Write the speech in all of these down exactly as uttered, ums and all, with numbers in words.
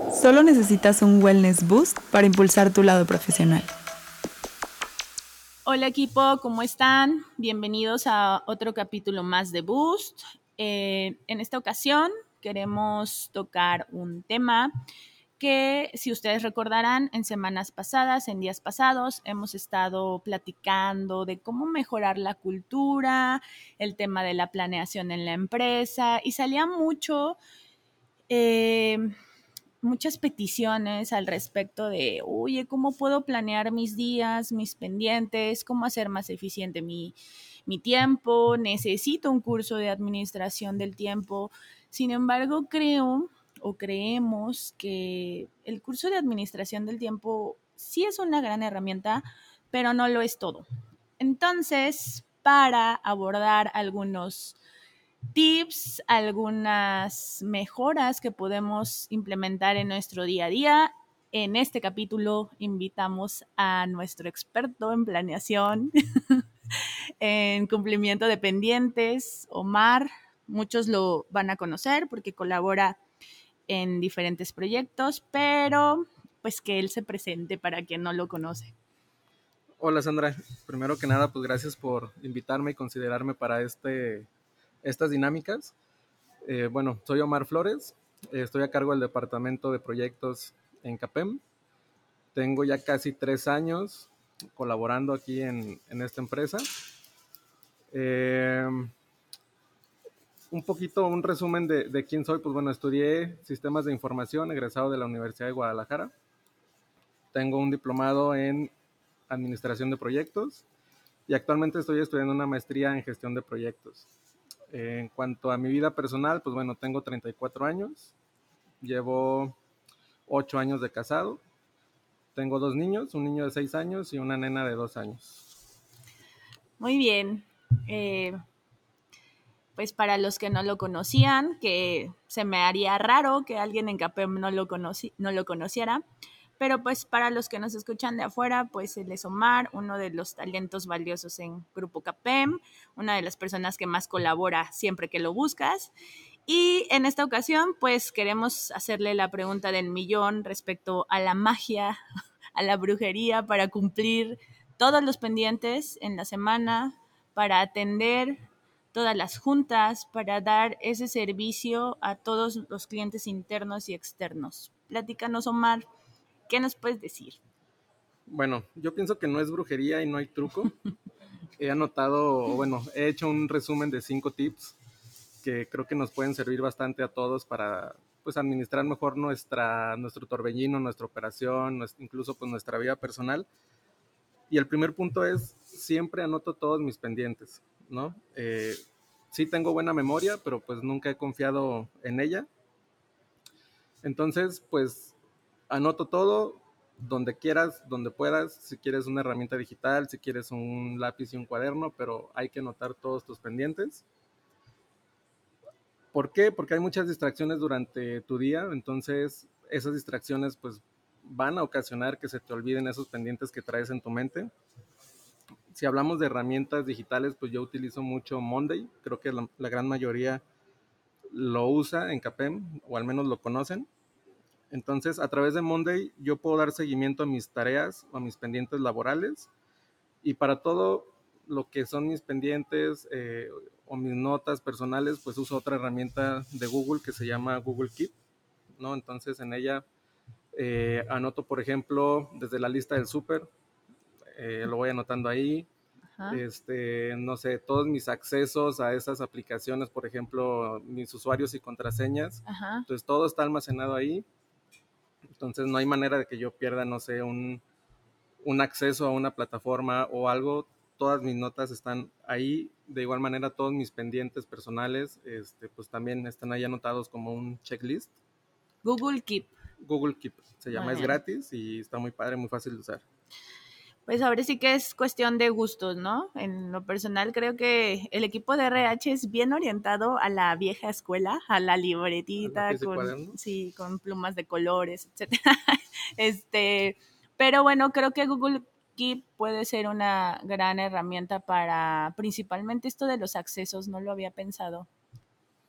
Solo necesitas un wellness boost para impulsar tu lado profesional. Hola equipo, ¿cómo están? Bienvenidos a otro capítulo más de Boost. Eh, en esta ocasión queremos tocar un tema que, si ustedes recordarán, en semanas pasadas, en días pasados, hemos estado platicando de cómo mejorar la cultura, el tema de la planeación en la empresa, y salía mucho... Eh, muchas peticiones al respecto de, oye, ¿cómo puedo planear mis días, mis pendientes? ¿Cómo hacer más eficiente mi, mi tiempo? Necesito un curso de administración del tiempo. Sin embargo, creo o creemos que el curso de administración del tiempo sí es una gran herramienta, pero no lo es todo. Entonces, para abordar algunos tips, algunas mejoras que podemos implementar en nuestro día a día. En este capítulo invitamos a nuestro experto en planeación, en cumplimiento de pendientes, Omar. Muchos lo van a conocer porque colabora en diferentes proyectos, pero pues que él se presente para quien no lo conoce. Hola Sandra, primero que nada pues gracias por invitarme y considerarme para este, estas dinámicas. Eh, bueno, soy Omar Flores, eh, estoy a cargo del departamento de proyectos en CAPEM. Tengo ya casi tres años colaborando aquí en, en esta empresa. Eh, un poquito, un resumen de, de quién soy, pues bueno, estudié sistemas de información egresado de la Universidad de Guadalajara. Tengo un diplomado en administración de proyectos y actualmente estoy estudiando una maestría en gestión de proyectos. Eh, en cuanto a mi vida personal, pues bueno, tengo treinta y cuatro años, llevo ocho años de casado, tengo dos niños, un niño de seis años y una nena de dos años. Muy bien. Eh, pues para los que no lo conocían, que se me haría raro que alguien en CAPEM no lo, conoci no lo conociera, pero pues para los que nos escuchan de afuera, pues él es Omar, uno de los talentos valiosos en Grupo CAPEM, una de las personas que más colabora siempre que lo buscas. Y en esta ocasión, pues queremos hacerle la pregunta del millón respecto a la magia, a la brujería para cumplir todos los pendientes en la semana, para atender todas las juntas, para dar ese servicio a todos los clientes internos y externos. Platícanos, Omar, ¿qué nos puedes decir? Bueno, yo pienso que no es brujería y no hay truco. He anotado, bueno, he hecho un resumen de cinco tips que creo que nos pueden servir bastante a todos para pues administrar mejor nuestra, nuestro torbellino, nuestra operación, nuestra, incluso pues nuestra vida personal. Y el primer punto es, siempre anoto todos mis pendientes, ¿no? Eh, sí tengo buena memoria, pero pues nunca he confiado en ella. Entonces, pues anoto todo, donde quieras, donde puedas, si quieres una herramienta digital, si quieres un lápiz y un cuaderno, pero hay que anotar todos tus pendientes. ¿Por qué? Porque hay muchas distracciones durante tu día, entonces esas distracciones pues van a ocasionar que se te olviden esos pendientes que traes en tu mente. Si hablamos de herramientas digitales, pues yo utilizo mucho Monday, creo que la, la gran mayoría lo usa en CAPEM, o al menos lo conocen. Entonces, a través de Monday yo puedo dar seguimiento a mis tareas o a mis pendientes laborales, y para todo lo que son mis pendientes eh, o mis notas personales, pues uso otra herramienta de Google que se llama Google Keep, ¿no? Entonces en ella eh, anoto, por ejemplo, desde la lista del súper, eh, lo voy anotando ahí. Ajá. Este, no sé, todos mis accesos a esas aplicaciones, por ejemplo, mis usuarios y contraseñas, Ajá. entonces todo está almacenado ahí, entonces no hay manera de que yo pierda, no sé, un, un acceso a una plataforma o algo. Todas mis notas están ahí, de igual manera todos mis pendientes personales, este, pues también están ahí anotados como un checklist. Google Keep. Google Keep se Muy llama, es bien. gratis y está muy padre, muy fácil de usar. Pues ahora sí que es cuestión de gustos, ¿no? En lo personal creo que el equipo de R H es bien orientado a la vieja escuela, a la A libretita lápiz y con, cuaderno. sí, con plumas de colores, etcétera. Este, pero bueno, creo que Google Keep puede ser una gran herramienta para principalmente esto de los accesos, no lo había pensado.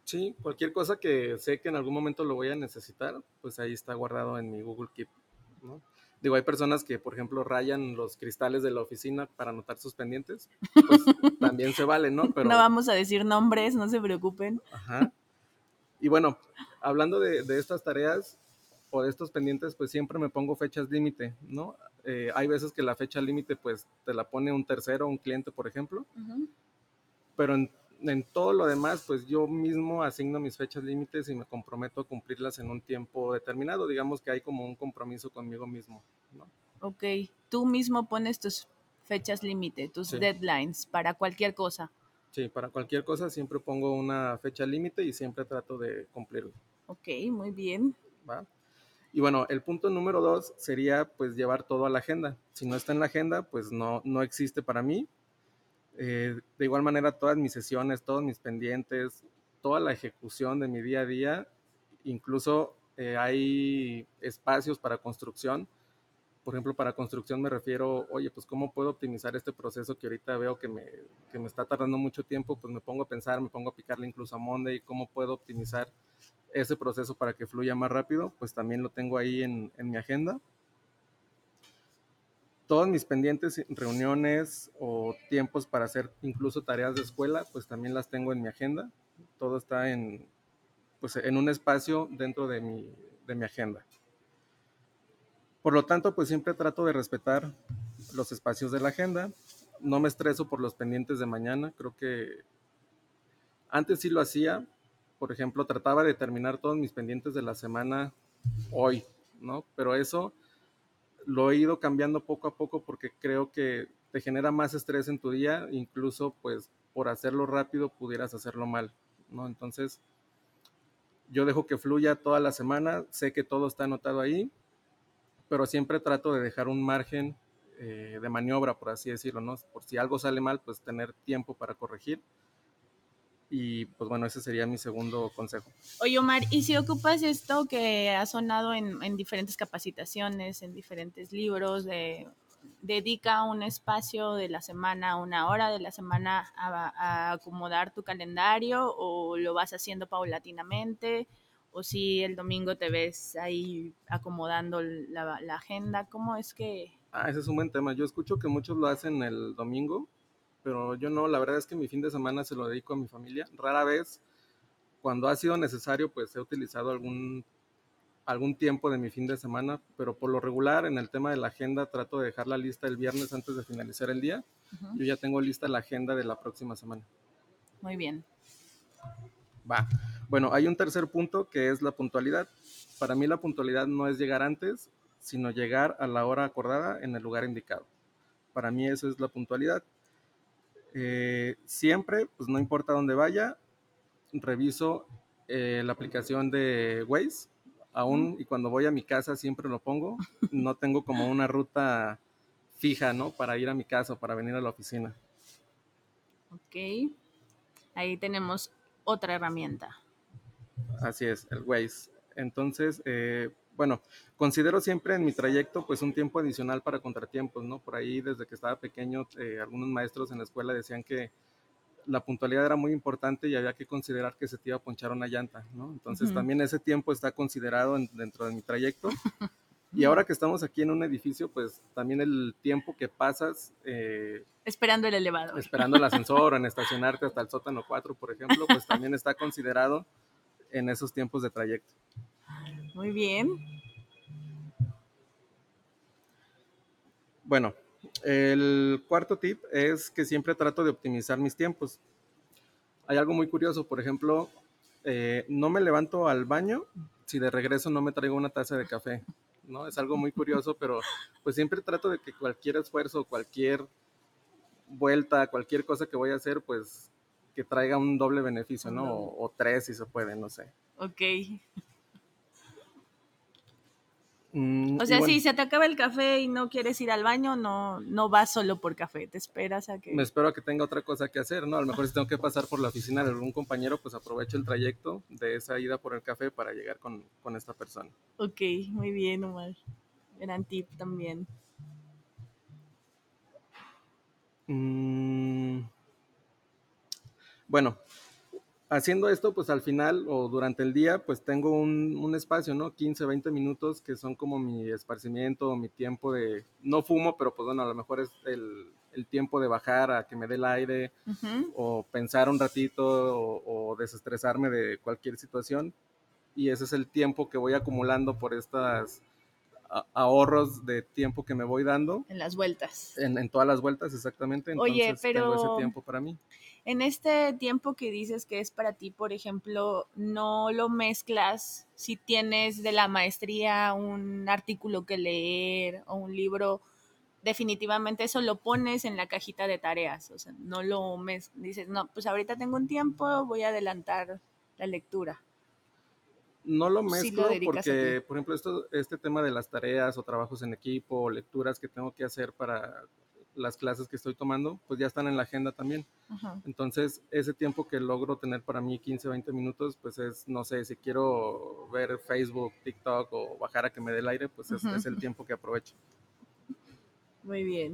Sí, cualquier cosa que sé que en algún momento lo voy a necesitar, pues ahí está guardado en mi Google Keep, ¿no? Digo, hay personas que, por ejemplo, rayan los cristales de la oficina para anotar sus pendientes, pues también se vale, ¿no? No Pero, vamos a decir nombres, no se preocupen. ajá. Y bueno, hablando de, de estas tareas o de estos pendientes, pues siempre me pongo fechas límite, ¿no? Eh, hay veces que la fecha límite, pues te la pone un tercero, un cliente, por ejemplo, Uh-huh. pero en, en todo lo demás, pues yo mismo asigno mis fechas límites y me comprometo a cumplirlas en un tiempo determinado. Digamos que hay como un compromiso conmigo mismo, ¿no? Ok, tú mismo pones tus fechas límite, tus Sí, deadlines para cualquier cosa. sí, para cualquier cosa siempre pongo una fecha límite y siempre trato de cumplirlo, Ok, muy bien. ¿va? Y bueno, el punto número dos sería pues llevar todo a la agenda. Si no está en la agenda, pues no, no existe para mí. Eh, de igual manera, todas mis sesiones, todos mis pendientes, toda la ejecución de mi día a día, incluso eh, hay espacios para construcción. Por ejemplo, para construcción me refiero, oye, pues cómo puedo optimizar este proceso que ahorita veo que me, que me está tardando mucho tiempo, pues me pongo a pensar, me pongo a picarle incluso a Monday, cómo puedo optimizar ese proceso para que fluya más rápido, pues también lo tengo ahí en, en mi agenda. Todos mis pendientes, reuniones o tiempos para hacer incluso tareas de escuela, pues también las tengo en mi agenda. Todo está en, pues, en un espacio dentro de mi, de mi agenda. Por lo tanto, pues siempre trato de respetar los espacios de la agenda. No me estreso por los pendientes de mañana. Creo que antes sí lo hacía. Por ejemplo, trataba de terminar todos mis pendientes de la semana hoy, ¿no? Pero eso lo he ido cambiando poco a poco porque creo que te genera más estrés en tu día, incluso pues por hacerlo rápido pudieras hacerlo mal, ¿no? Entonces yo dejo que fluya toda la semana, sé que todo está anotado ahí, pero siempre trato de dejar un margen eh, de maniobra, por así decirlo, ¿no? Por si algo sale mal, pues tener tiempo para corregir. Y pues bueno, ese sería mi segundo consejo. Oye, Omar, ¿y si ocupas esto que ha sonado en, en diferentes capacitaciones, en diferentes libros, de dedica un espacio de la semana, una hora de la semana a, a acomodar tu calendario o lo vas haciendo paulatinamente? O si el domingo te ves ahí acomodando la, la agenda, ¿cómo es que? Ah, ese es un buen tema. Yo escucho que muchos lo hacen el domingo, pero yo no, la verdad es que mi fin de semana se lo dedico a mi familia. Rara vez, cuando ha sido necesario, pues he utilizado algún, algún tiempo de mi fin de semana, pero por lo regular en el tema de la agenda trato de dejar la lista el viernes antes de finalizar el día. Uh-huh. Yo ya tengo lista la agenda de la próxima semana. Muy bien. Va. Bueno, hay un tercer punto que es la puntualidad. Para mí la puntualidad no es llegar antes, sino llegar a la hora acordada en el lugar indicado. Para mí eso es la puntualidad. Eh, siempre, pues no importa dónde vaya, reviso eh, la aplicación de Waze, aún y cuando voy a mi casa siempre lo pongo. No tengo como una ruta fija, ¿no? Para ir a mi casa o para venir a la oficina. Ok. Ahí tenemos otra herramienta. Así es, el Waze. Entonces, eh, bueno, considero siempre en mi trayecto pues un tiempo adicional para contratiempos, ¿no? Por ahí desde que estaba pequeño, eh, algunos maestros en la escuela decían que la puntualidad era muy importante y había que considerar que se te iba a ponchar una llanta, ¿no? Entonces Uh-huh. también ese tiempo está considerado en, dentro de mi trayecto. Y ahora que estamos aquí en un edificio, pues también el tiempo que pasas eh, Esperando el elevador. esperando el ascensor o en estacionarte hasta el sótano cuatro, por ejemplo, pues también está considerado en esos tiempos de trayecto. Muy bien. Bueno, el cuarto tip es que siempre trato de optimizar mis tiempos. Hay algo muy curioso, por ejemplo, eh, no me levanto al baño si de regreso no me traigo una taza de café, ¿no? Es algo muy curioso, pero pues siempre trato de que cualquier esfuerzo, cualquier vuelta, cualquier cosa que voy a hacer, pues que traiga un doble beneficio, ¿no? O, o tres si se puede, no sé. Ok. Mm, O y sea, bueno, si se te acaba el café y no quieres ir al baño, no, no vas solo por café, te esperas a me que... espero a que tenga otra cosa que hacer, ¿no? A lo mejor si tengo que pasar por la oficina de algún compañero, pues aprovecho el trayecto de esa ida por el café para llegar con, con esta persona. Ok, muy bien, Omar. Gran tip también. Mm, bueno, haciendo esto, pues al final o durante el día, pues tengo un, un espacio, ¿no? quince, veinte minutos que son como mi esparcimiento, mi tiempo de, no fumo, pero pues bueno, a lo mejor es el, el tiempo de bajar a que me dé el aire Ujú. o pensar un ratito o, o desestresarme de cualquier situación. Y ese es el tiempo que voy acumulando por estas a- ahorros de tiempo que me voy dando En las vueltas. en, en todas las vueltas, exactamente. Oye, Entonces tengo ese pero tiempo para mí. en este tiempo que dices que es para ti, por ejemplo, no lo mezclas si tienes de la maestría un artículo que leer o un libro, definitivamente eso lo pones en la cajita de tareas, o sea, no lo mez dices, no, pues ahorita tengo un tiempo, voy a adelantar la lectura. No lo Sí lo mezclo dedicas a ti. porque, por ejemplo, esto, este tema de las tareas o trabajos en equipo o lecturas que tengo que hacer para las clases que estoy tomando, pues ya están en la agenda también. Ajá. Entonces, ese tiempo que logro tener para mí, quince, veinte minutos, pues es, no sé, si quiero ver Facebook, TikTok o bajar a que me dé el aire, pues es, Ujú. es el tiempo que aprovecho. Muy bien.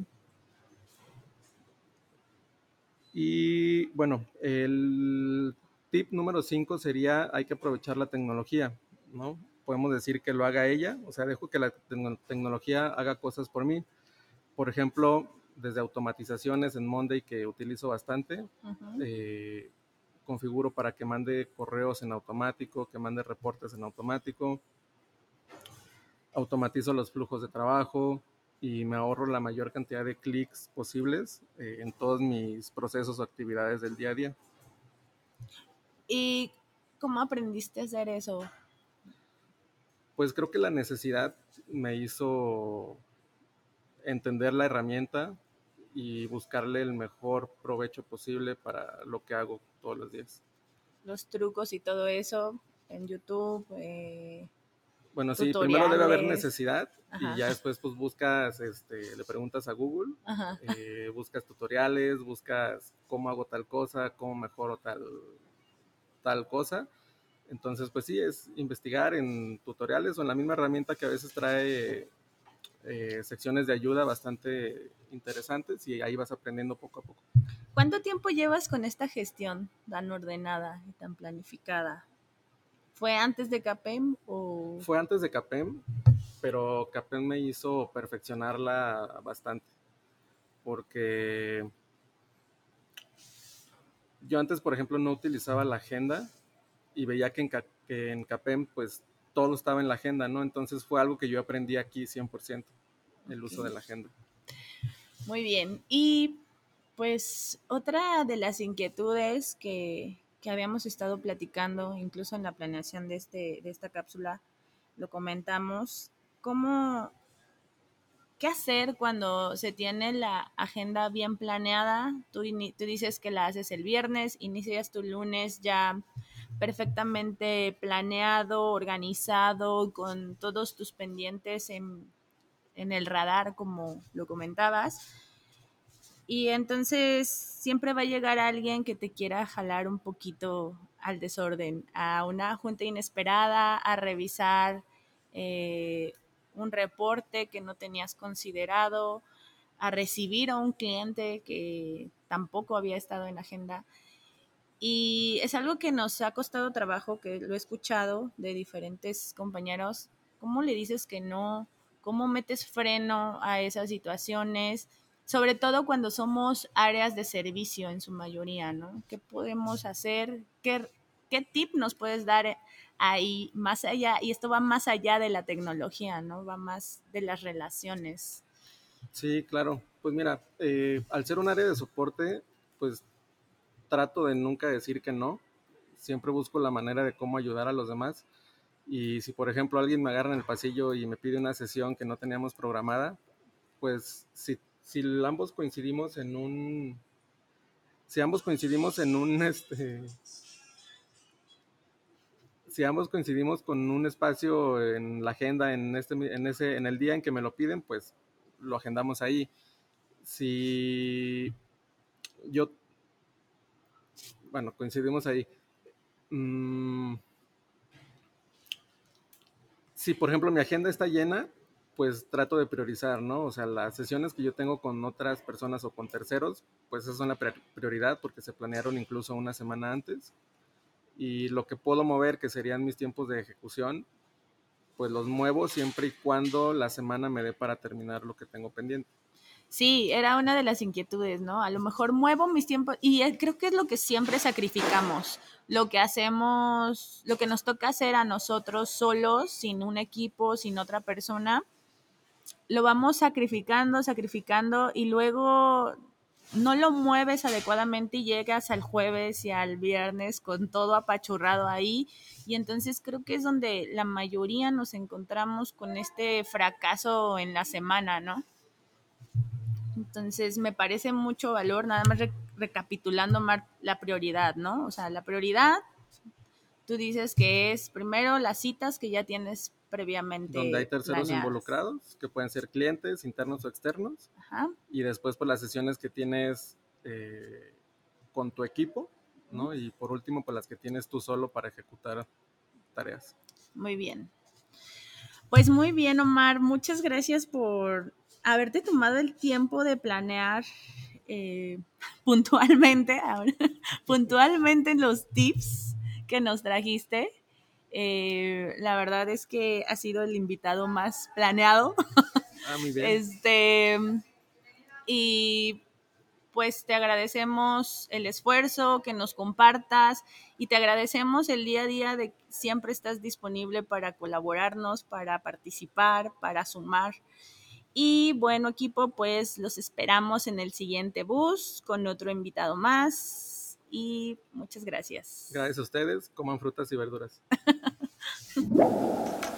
Y bueno, el tip número cinco sería hay que aprovechar la tecnología, ¿no? Podemos decir que lo haga ella, o sea, dejo que la tecno- tecnología haga cosas por mí. Por ejemplo, desde automatizaciones en Monday que utilizo bastante, Ujú. eh, configuro para que mande correos en automático, que mande reportes en automático, automatizo los flujos de trabajo y me ahorro la mayor cantidad de clics posibles eh, en todos mis procesos o actividades del día a día. ¿Y cómo aprendiste a hacer eso? Pues creo que la necesidad me hizo entender la herramienta y buscarle el mejor provecho posible para lo que hago todos los días. Los trucos y todo eso en YouTube, eh, Bueno, sí, primero debe haber tutoriales. necesidad y Ajá, ya después pues buscas, este, le preguntas a Google, ajá. eh, buscas tutoriales, buscas cómo hago tal cosa, cómo mejoro tal, tal cosa. Entonces, pues sí, es investigar en tutoriales o en la misma herramienta que a veces trae eh, secciones de ayuda bastante interesantes y ahí vas aprendiendo poco a poco. ¿Cuánto tiempo llevas con esta gestión tan ordenada y tan planificada? ¿Fue antes de CAPEM o...? Fue antes de CAPEM, pero CAPEM me hizo perfeccionarla bastante, porque yo antes, por ejemplo, no utilizaba la agenda y veía que en, que en CAPEM pues todo estaba en la agenda, ¿no? Entonces fue algo que yo aprendí aquí cien por ciento, el uso de Okay. la agenda. Muy bien. Y pues otra de las inquietudes que, que habíamos estado platicando, incluso en la planeación de, este, de esta cápsula, lo comentamos, ¿cómo, qué hacer cuando se tiene la agenda bien planeada? Tú, tú dices que la haces el viernes, inicias tu lunes ya perfectamente planeado, organizado, con todos tus pendientes en, en el radar, como lo comentabas. Y entonces siempre va a llegar alguien que te quiera jalar un poquito al desorden, a una junta inesperada, a revisar eh, un reporte que no tenías considerado, a recibir a un cliente que tampoco había estado en la agenda. Y es algo que nos ha costado trabajo, que lo he escuchado de diferentes compañeros. ¿Cómo le dices que no? ¿Cómo metes freno a esas situaciones? Sobre todo cuando somos áreas de servicio en su mayoría, ¿no? ¿Qué podemos hacer? ¿Qué, qué tip nos puedes dar ahí más allá? Y esto va más allá de la tecnología, ¿no? Va más de las relaciones. Sí, claro. Pues mira, eh, al ser un área de soporte, pues trato de nunca decir que no. Siempre busco la manera de cómo ayudar a los demás. Y si, por ejemplo, alguien me agarra en el pasillo y me pide una sesión que no teníamos programada, pues si, si ambos coincidimos en un, si ambos coincidimos en un, este, si ambos coincidimos con un espacio en la agenda, en, este, en, ese, en el día en que me lo piden, pues lo agendamos ahí. Si yo, bueno, coincidimos ahí. Mm, si, por ejemplo, mi agenda está llena, pues trato de priorizar, ¿no? O sea, las sesiones que yo tengo con otras personas o con terceros, pues esas son la prioridad porque se planearon incluso una semana antes. y lo que puedo mover, que serían mis tiempos de ejecución, pues los muevo siempre y cuando la semana me dé para terminar lo que tengo pendiente. Sí, era una de las inquietudes, ¿no? A lo mejor muevo mis tiempos y creo que es lo que siempre sacrificamos, lo que hacemos, lo que nos toca hacer a nosotros solos, sin un equipo, sin otra persona, lo vamos sacrificando, sacrificando y luego no lo mueves adecuadamente y llegas al jueves y al viernes con todo apachurrado ahí y entonces creo que es donde la mayoría nos encontramos con este fracaso en la semana, ¿no? Entonces me parece mucho valor, nada más re- recapitulando Mar, la prioridad, ¿no? O sea, la prioridad, tú dices que es primero las citas que ya tienes Donde hay previamente terceros planeadas. involucrados, que pueden ser clientes, internos o externos. Ajá. Y después pues las sesiones que tienes eh, con tu equipo, ¿no? Y por último pues las que tienes tú solo para ejecutar tareas. Muy bien. Pues muy bien, Omar, muchas gracias por haberte tomado el tiempo de planear eh, puntualmente, ahora, puntualmente los tips que nos trajiste. Eh, la verdad es que has sido el invitado más planeado. Ah, muy bien. Este, y pues te agradecemos el esfuerzo, que nos compartas y te agradecemos el día a día de que siempre estás disponible para colaborarnos, para participar, para sumar. Y bueno, equipo, pues los esperamos en el siguiente bus con otro invitado más y muchas gracias. Gracias a ustedes, coman frutas y verduras.